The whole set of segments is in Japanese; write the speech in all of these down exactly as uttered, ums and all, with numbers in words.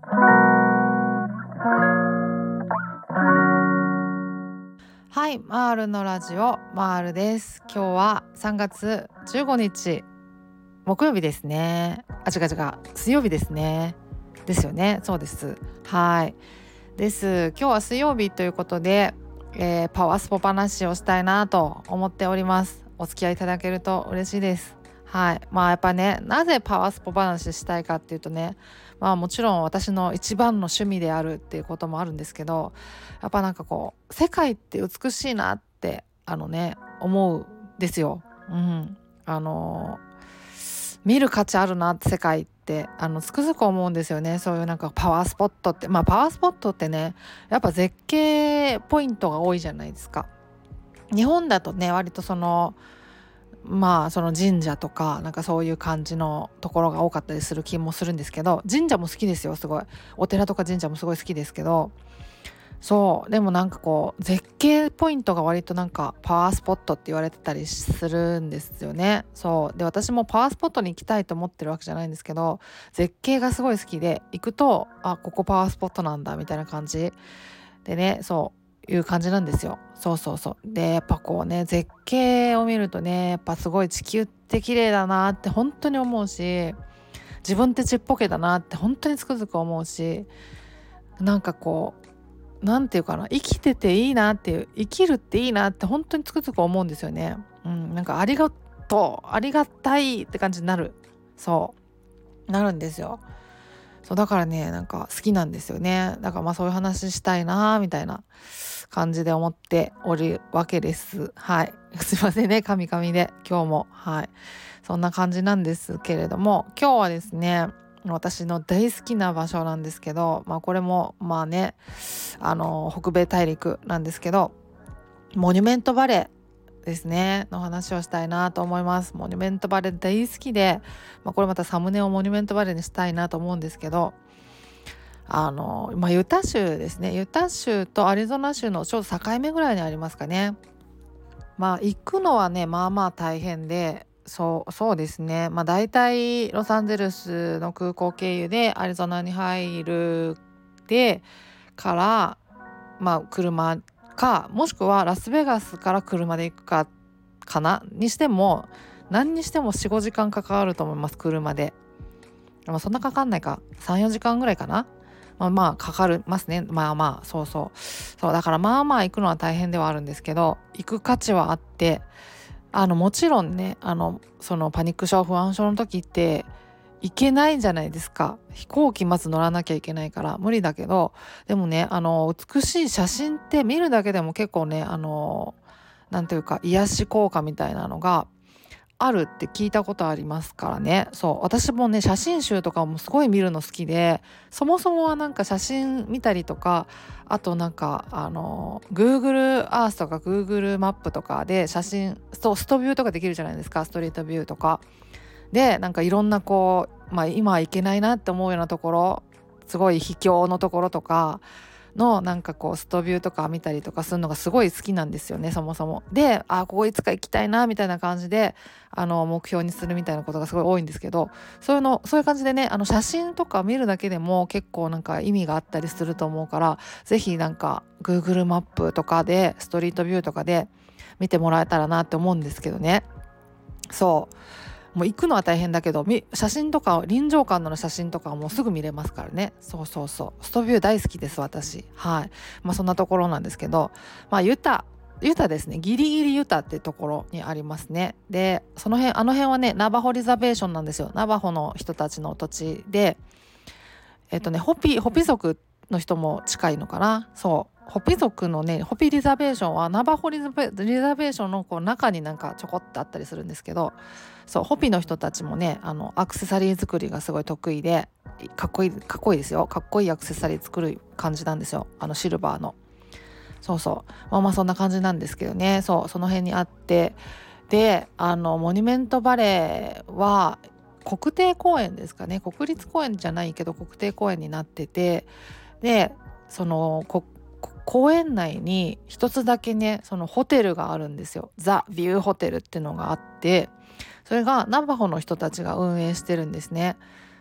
はい、マールのラジオマールです。今日はさんがつじゅうごにち木曜日ですね。あ、違う違う、水曜日ですね。ですよね。そうです。はい。です。今日は水曜日ということで、えーパワースポ話をしたいなと思っております。お付き合いいただけると嬉しいです。はい。まあやっぱね、なぜパワースポ話したいかっていうとね、まあもちろん私の一番の趣味であるっていうこともあるんですけど、やっぱなんかこう世界って美しいなってあのね思うんですよ。うん。あの見る価値あるなって世界ってあのつくづく思うんですよね。そういうなんかパワースポットって、まあパワースポットってね、やっぱ絶景ポイントが多いじゃないですか。日本だとね割とそのまあその神社とかなんかそういう感じのところが多かったりする気もするんですけど、神社も好きですよ。すごいお寺とか神社もすごい好きですけど、そうでもなんかこう絶景ポイントが割となんかパワースポットって言われてたりするんですよね。そうで、私もパワースポットに行きたいと思ってるわけじゃないんですけど、絶景がすごい好きで行くと、あ、ここパワースポットなんだみたいな感じでね、そういう感じなんですよ。そうそうそう。でやっぱこうね、絶景を見るとね、やっぱすごい地球って綺麗だなって本当に思うし、自分ってちっぽけだなって本当につくづく思うし、なんかこうなんていうかな、生きてていいなっていう、生きるっていいなって本当につくづく思うんですよね。うん、なんかありがとう、ありがたいって感じになる。そうなるんですよ。そうだからね、なんか好きなんですよね。だからまあそういう話したいなみたいな感じで思っておるわけです。はい。すいませんね、カミカミで今日も、はい、そんな感じなんですけれども、今日はですね、私の大好きな場所なんですけど、まあこれもまあね、あの北米大陸なんですけど、モニュメントバレーですねの話をしたいなと思います。モニュメントバレー大好きで、まあ、これまたサムネをモニュメントバレーにしたいなと思うんですけど、あの、まあ、ユタ州ですね。ユタ州とアリゾナ州のちょうど境目ぐらいにありますかね。まあ行くのはねまあまあ大変で、そうそうですね、まあだいたいロサンゼルスの空港経由でアリゾナに入るでから、まあ車か、もしくはラスベガスから車で行くかかなにしても、何にしても よん,ご 時間かかると思います、車で。まあそんなかかんないか、さん、よじかんぐらいかな。まあまあかかりますね。まあまあそうそうそう、だからまあまあ行くのは大変ではあるんですけど、行く価値はあって、あのもちろんね、あのそのパニック症不安症の時って行けないんじゃないですか。飛行機まず乗らなきゃいけないから無理だけど、でもね、あの美しい写真って見るだけでも結構ね、あのなんていうか癒し効果みたいなのがあるって聞いたことありますからね。そう私もね写真集とかもすごい見るの好きで、そもそもはなんか写真見たりとか、あとなんかあの Google Earth とか Google マップとかで写真そうストビューとかできるじゃないですか。ストリートビューとかでなんかいろんなこう、まあ、今は行けないなって思うようなところ、すごい秘境のところとかのなんかこうストビューとか見たりとかするのがすごい好きなんですよね、そもそも。で、あ、ここいつか行きたいなみたいな感じであの目標にするみたいなことがすごい多いんですけど、そういうのそういう感じでね、あの写真とか見るだけでも結構なんか意味があったりすると思うから、ぜひなんか Google マップとかでストリートビューとかで見てもらえたらなって思うんですけどね。そうもう行くのは大変だけど、写真とか臨場感の写真とかはもうすぐ見れますからね。そうそうそう、ストビュー大好きです私。はい。まあそんなところなんですけど、まあユタユタですね、ギリギリユタってところにありますね。でその辺あの辺はねナバホリザベーションなんですよ。ナバホの人たちの土地で、えっとねホピホピ族の人も近いのかな。そうホピ族のね、ホピリザベーションはナバホリザベ、リザベーションのこう中になんかちょこってあったりするんですけど、そうホピの人たちもね、あのアクセサリー作りがすごい得意で、かっこいいかっこいいですよ。かっこいいアクセサリー作る感じなんですよ、あのシルバーの。そうそうまあまあそんな感じなんですけどね。そうその辺にあって、であのモニュメントバレーは国定公園ですかね、国立公園じゃないけど国定公園になってて、でそのこ公園内に一つだけねそのホテルがあるんですよ。ザ・ビューホテルっていうのがあって、それがナバホの人たちが運営してるんですね。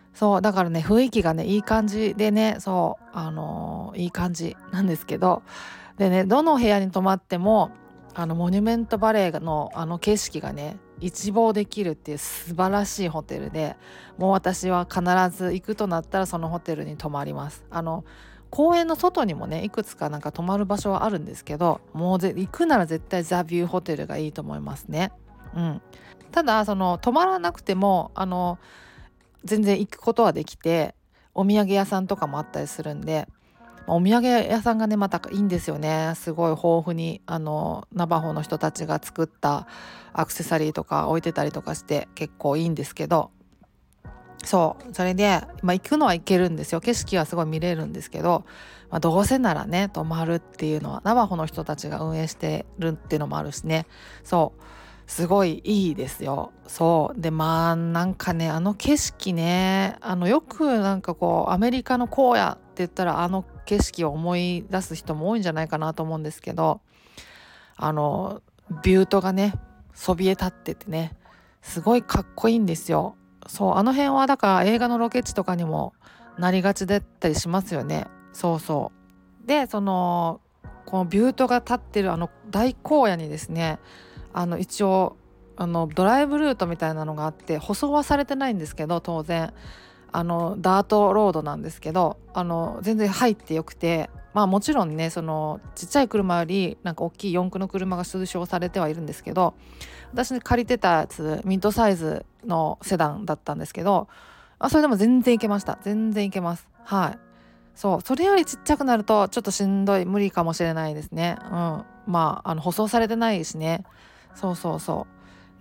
そうだからね、雰囲気がねいい感じでね、そうあのーいい感じなんですけど、でね、どの部屋に泊まってもあのモニュメントバレーのあの景色がね一望できるっていう素晴らしいホテルで、もう私は必ず行くとなったらそのホテルに泊まります。あの公園の外にもねいくつかなんか泊まる場所はあるんですけど、もうぜ行くなら絶対ザビューホテルがいいと思いますね。うん、ただその泊まらなくてもあの全然行くことはできて、お土産屋さんとかもあったりするんで、お土産屋さんがねまたいいんですよね。すごい豊富にあのナバホの人たちが作ったアクセサリーとか置いてたりとかして結構いいんですけど、そうそれで、まあ、行くのは行けるんですよ。景色はすごい見れるんですけど、まあ、どうせならね泊まるっていうのはナバホの人たちが運営してるっていうのもあるしね、そうすごいいいですよ。そうで、まあなんかねあの景色ね、あのよくなんかこうアメリカの荒野って言ったらあの景色を思い出す人も多いんじゃないかなと思うんですけど、あのビュートがねそびえ立っててね、すごいかっこいいんですよ。そうあの辺はだから映画のロケ地とかにもなりがちだったりしますよね。そうそうで、そのこのビュートが立ってるあの大荒野にですね、あの一応あのドライブルートみたいなのがあって、舗装はされてないんですけど、当然あのダートロードなんですけど、あの全然入ってよくて、まあもちろんねそのちっちゃい車よりなんか大きい四駆の車が推奨されてはいるんですけど、私ね借りてたやつミッドサイズのセダンだったんですけど、あそれでも全然いけました。全然いけます。はい。そうそれよりちっちゃくなるとちょっとしんどい、無理かもしれないですね。うん、まああの舗装されてないしね。そうそうそう、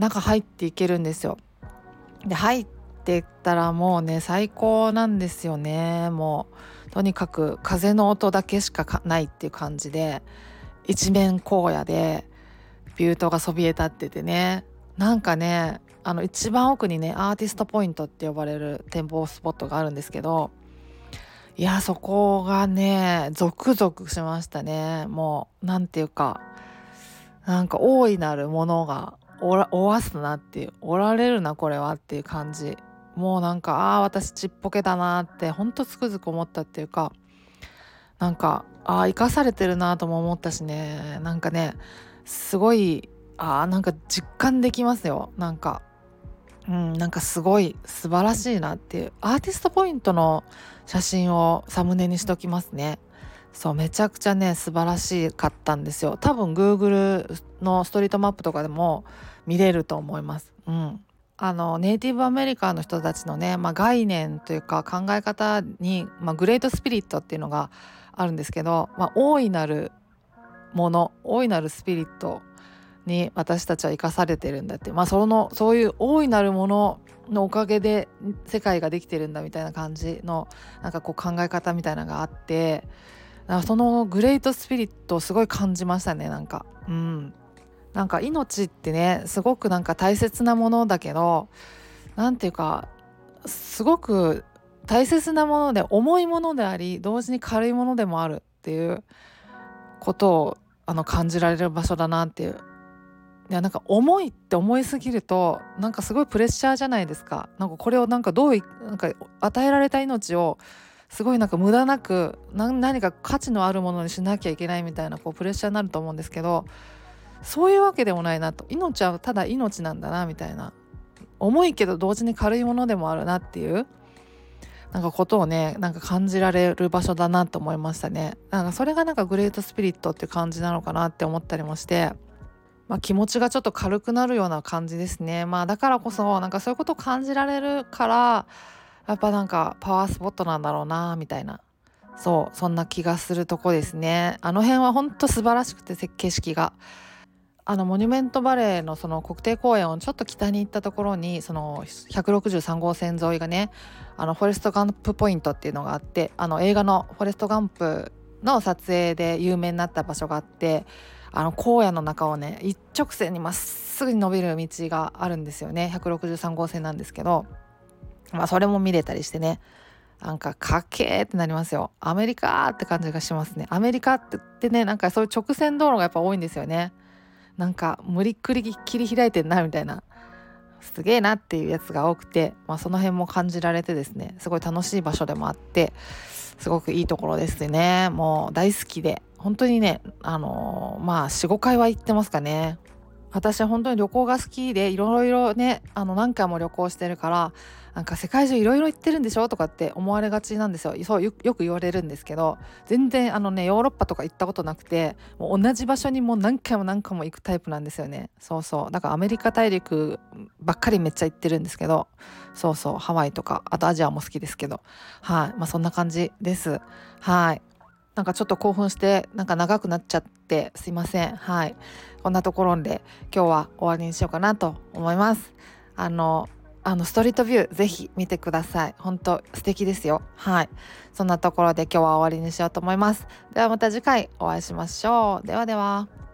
中入っていけるんですよ。で入ってったらもうね最高なんですよね。もうとにかく風の音だけしかないっていう感じで、一面荒野でビュートがそびえ立っててね、なんかねあの一番奥にねアーティストポイントって呼ばれる展望スポットがあるんですけど、いやそこがねゾクゾクしましたね。もうなんていうか、なんか大いなるものがおらおわすなっていう、おられるなこれはっていう感じ。もうなんかああー私ちっぽけだなってほんとつくづく思ったっていうか、なんかああ生かされてるなとも思ったしね、なんかねすごい、ああなんか実感できますよ。なんかうんなんかすごい素晴らしいなっていう、アーティストポイントの写真をサムネにしときますね。そうめちゃくちゃね素晴らしかったんですよ。多分 Google のストリートマップとかでも見れると思います。うん、あのネイティブアメリカの人たちのね、まあ、概念というか考え方に、まあ、グレートスピリットっていうのがあるんですけど、まあ、大いなるもの、大いなるスピリットに私たちは生かされてるんだって、まあ、そのそういう大いなるもののおかげで世界ができてるんだみたいな感じのなんかこう考え方みたいなのがあって、なんかそのグレートスピリットをすごい感じましたね。なんかうんなんか命ってねすごくなんか大切なものだけど、なんていうかすごく大切なもので重いものであり同時に軽いものでもあるっていうことをあの感じられる場所だなっていう。いやなんか重いって思いすぎるとなんかすごいプレッシャーじゃないですか。なんかこれをなんかどういなんか与えられた命をすごいなんか無駄なく何何か価値のあるものにしなきゃいけないみたいなこうプレッシャーになると思うんですけど、そういうわけでもないなと。命はただ命なんだなみたいな、重いけど同時に軽いものでもあるなっていうなんかことをねなんか感じられる場所だなと思いましたね。なんかそれがなんかグレートスピリットっていう感じなのかなって思ったりもして、まあ、気持ちがちょっと軽くなるような感じですね。まあだからこそなんかそういうことを感じられるからやっぱなんかパワースポットなんだろうなみたいな、そうそんな気がするとこですね。あの辺は本当素晴らしくて景色が、あのモニュメントバレーのその国定公園をちょっと北に行ったところにそのひゃくろくじゅうさん号線沿いがね、あのフォレストガンプポイントっていうのがあって、あの映画のフォレストガンプの撮影で有名になった場所があって、あの荒野の中をね一直線にまっすぐに伸びる道があるんですよね。ひゃくろくじゅうさん号線なんですけど、まあそれも見れたりしてね、なんかかっけーってなりますよ。アメリカって感じがしますね。アメリカってねなんかそういう直線道路がやっぱ多いんですよね。なんか無理っくり切り開いてんなみたいな、 すげえなっていうやつが多くて、まあ、その辺も感じられてですね、すごい楽しい場所でもあって、すごくいいところですね。もう大好きで、本当にね、あのーまあよん、ごかいは行ってますかね。私は本当に旅行が好きで、いろいろね、あの何回も旅行してるから、なんか世界中いろいろ行ってるんでしょとかって思われがちなんですよ。そうよ、よく言われるんですけど、全然あのねヨーロッパとか行ったことなくて、もう同じ場所にもう何回も何回も行くタイプなんですよね。そうそう、だからアメリカ大陸ばっかりめっちゃ行ってるんですけど、そうそう、ハワイとかあとアジアも好きですけど、はい、まあそんな感じです。はい。なんかちょっと興奮してなんか長くなっちゃってすいません。はい、こんなところで今日は終わりにしようかなと思います。あのあのストリートビューぜひ見てください。本当素敵ですよ。はい、そんなところで今日は終わりにしようと思います。ではまた次回お会いしましょう。ではでは。